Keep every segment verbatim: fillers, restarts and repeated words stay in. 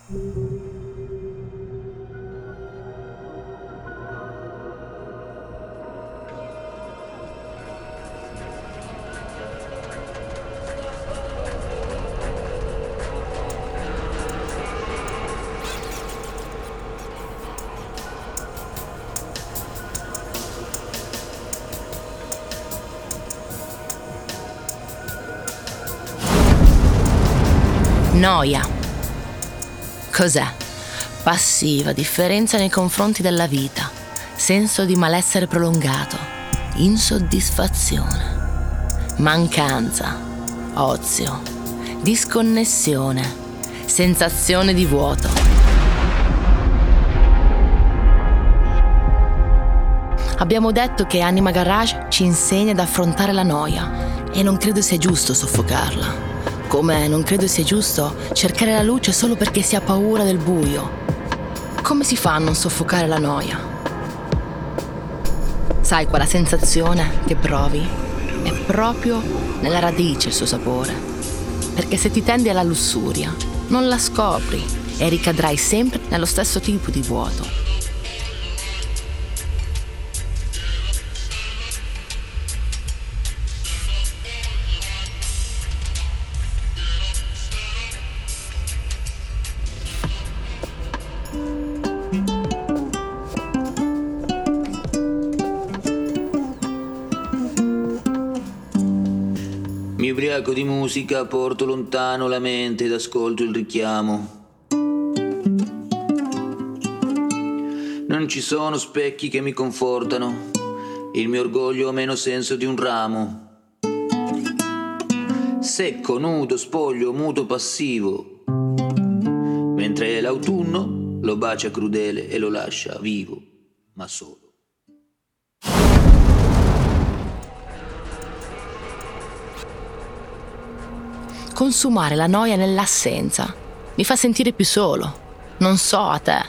Noia. Cos'è? Passiva differenza nei confronti della vita, senso di malessere prolungato, insoddisfazione, mancanza, ozio, disconnessione, sensazione di vuoto. Abbiamo detto che Anima Garage ci insegna ad affrontare la noia e non credo sia giusto soffocarla. Come non credo sia giusto cercare la luce solo perché si ha paura del buio. Come si fa a non soffocare la noia? Sai quella sensazione che provi? È proprio nella radice il suo sapore. Perché se ti tendi alla lussuria, non la scopri e ricadrai sempre nello stesso tipo di vuoto. Mi ubriaco di musica, porto lontano la mente ed ascolto il richiamo. Non ci sono specchi che mi confortano, il mio orgoglio ha meno senso di un ramo. Secco, nudo, spoglio, muto, passivo, mentre l'autunno lo bacia crudele e lo lascia vivo, ma solo. Consumare la noia nell'assenza mi fa sentire più solo. Non so a te.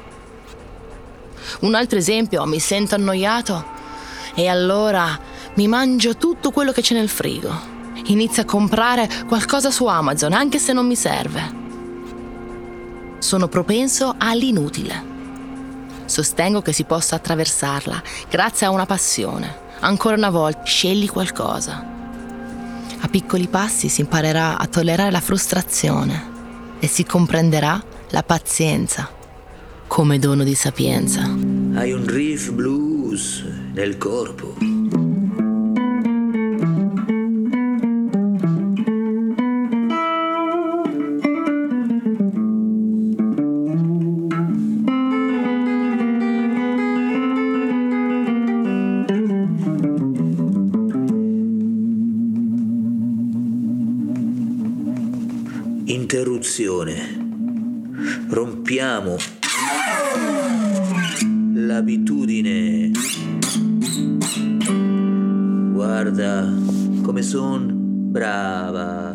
Un altro esempio, mi sento annoiato e allora mi mangio tutto quello che c'è nel frigo. Inizio a comprare qualcosa su Amazon, anche se non mi serve. Sono propenso all'inutile. Sostengo che si possa attraversarla grazie a una passione. Ancora una volta, scegli qualcosa. A piccoli passi si imparerà a tollerare la frustrazione e si comprenderà la pazienza come dono di sapienza. Hai un riff blues nel corpo. Interruzione. Rompiamo l'abitudine. Guarda come son brava.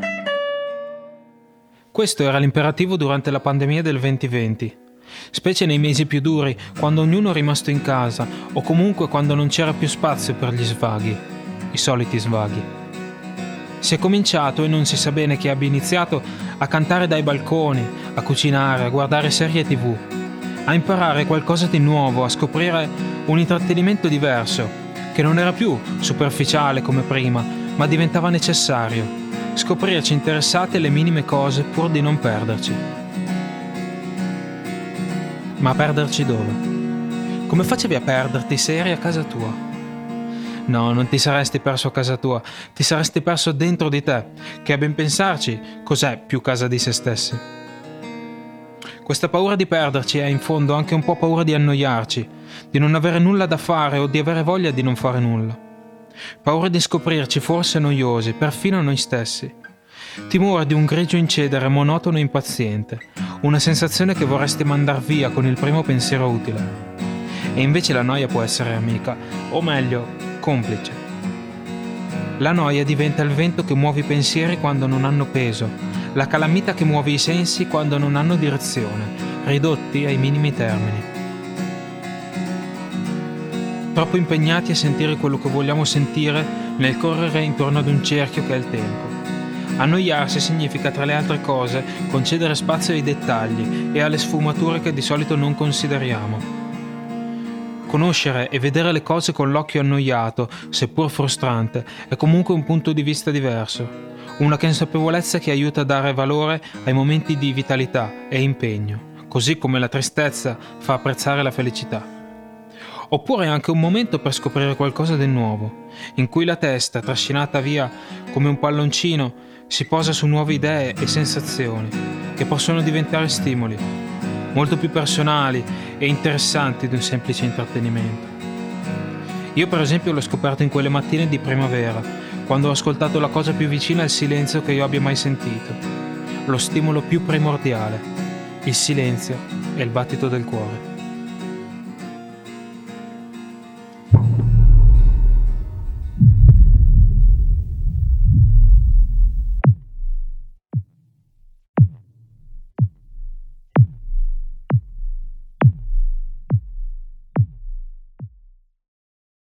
Questo era l'imperativo durante la pandemia del duemilaventi, specie nei mesi più duri, quando ognuno è rimasto in casa o comunque quando non c'era più spazio per gli svaghi, i soliti svaghi. Si è cominciato, e non si sa bene chi abbia iniziato, a cantare dai balconi, a cucinare, a guardare serie tivù, a imparare qualcosa di nuovo, a scoprire un intrattenimento diverso, che non era più superficiale come prima, ma diventava necessario, scoprirci interessati alle minime cose pur di non perderci. Ma perderci dove? Come facevi a perderti se eri a casa tua? No, non ti saresti perso a casa tua, ti saresti perso dentro di te, che a ben pensarci, cos'è più casa di se stessi? Questa paura di perderci è in fondo anche un po' paura di annoiarci, di non avere nulla da fare o di avere voglia di non fare nulla. Paura di scoprirci forse noiosi, perfino a noi stessi. Timore di un grigio incedere monotono e impaziente, una sensazione che vorresti mandar via con il primo pensiero utile. E invece la noia può essere amica, o meglio, complice. La noia diventa il vento che muove i pensieri quando non hanno peso, la calamita che muove i sensi quando non hanno direzione, ridotti ai minimi termini. Troppo impegnati a sentire quello che vogliamo sentire nel correre intorno ad un cerchio che è il tempo, Annoiarsi significa, tra le altre cose, concedere spazio ai dettagli e alle sfumature che di solito non consideriamo. Conoscere e vedere le cose con l'occhio annoiato, seppur frustrante, è comunque un punto di vista diverso, una consapevolezza che aiuta a dare valore ai momenti di vitalità e impegno, così come la tristezza fa apprezzare la felicità. Oppure è anche un momento per scoprire qualcosa di nuovo, in cui la testa, trascinata via come un palloncino, si posa su nuove idee e sensazioni, che possono diventare stimoli, molto più personali e interessanti di un semplice intrattenimento. Io per esempio l'ho scoperto in quelle mattine di primavera, quando ho ascoltato la cosa più vicina al silenzio che io abbia mai sentito, lo stimolo più primordiale, il silenzio e il battito del cuore.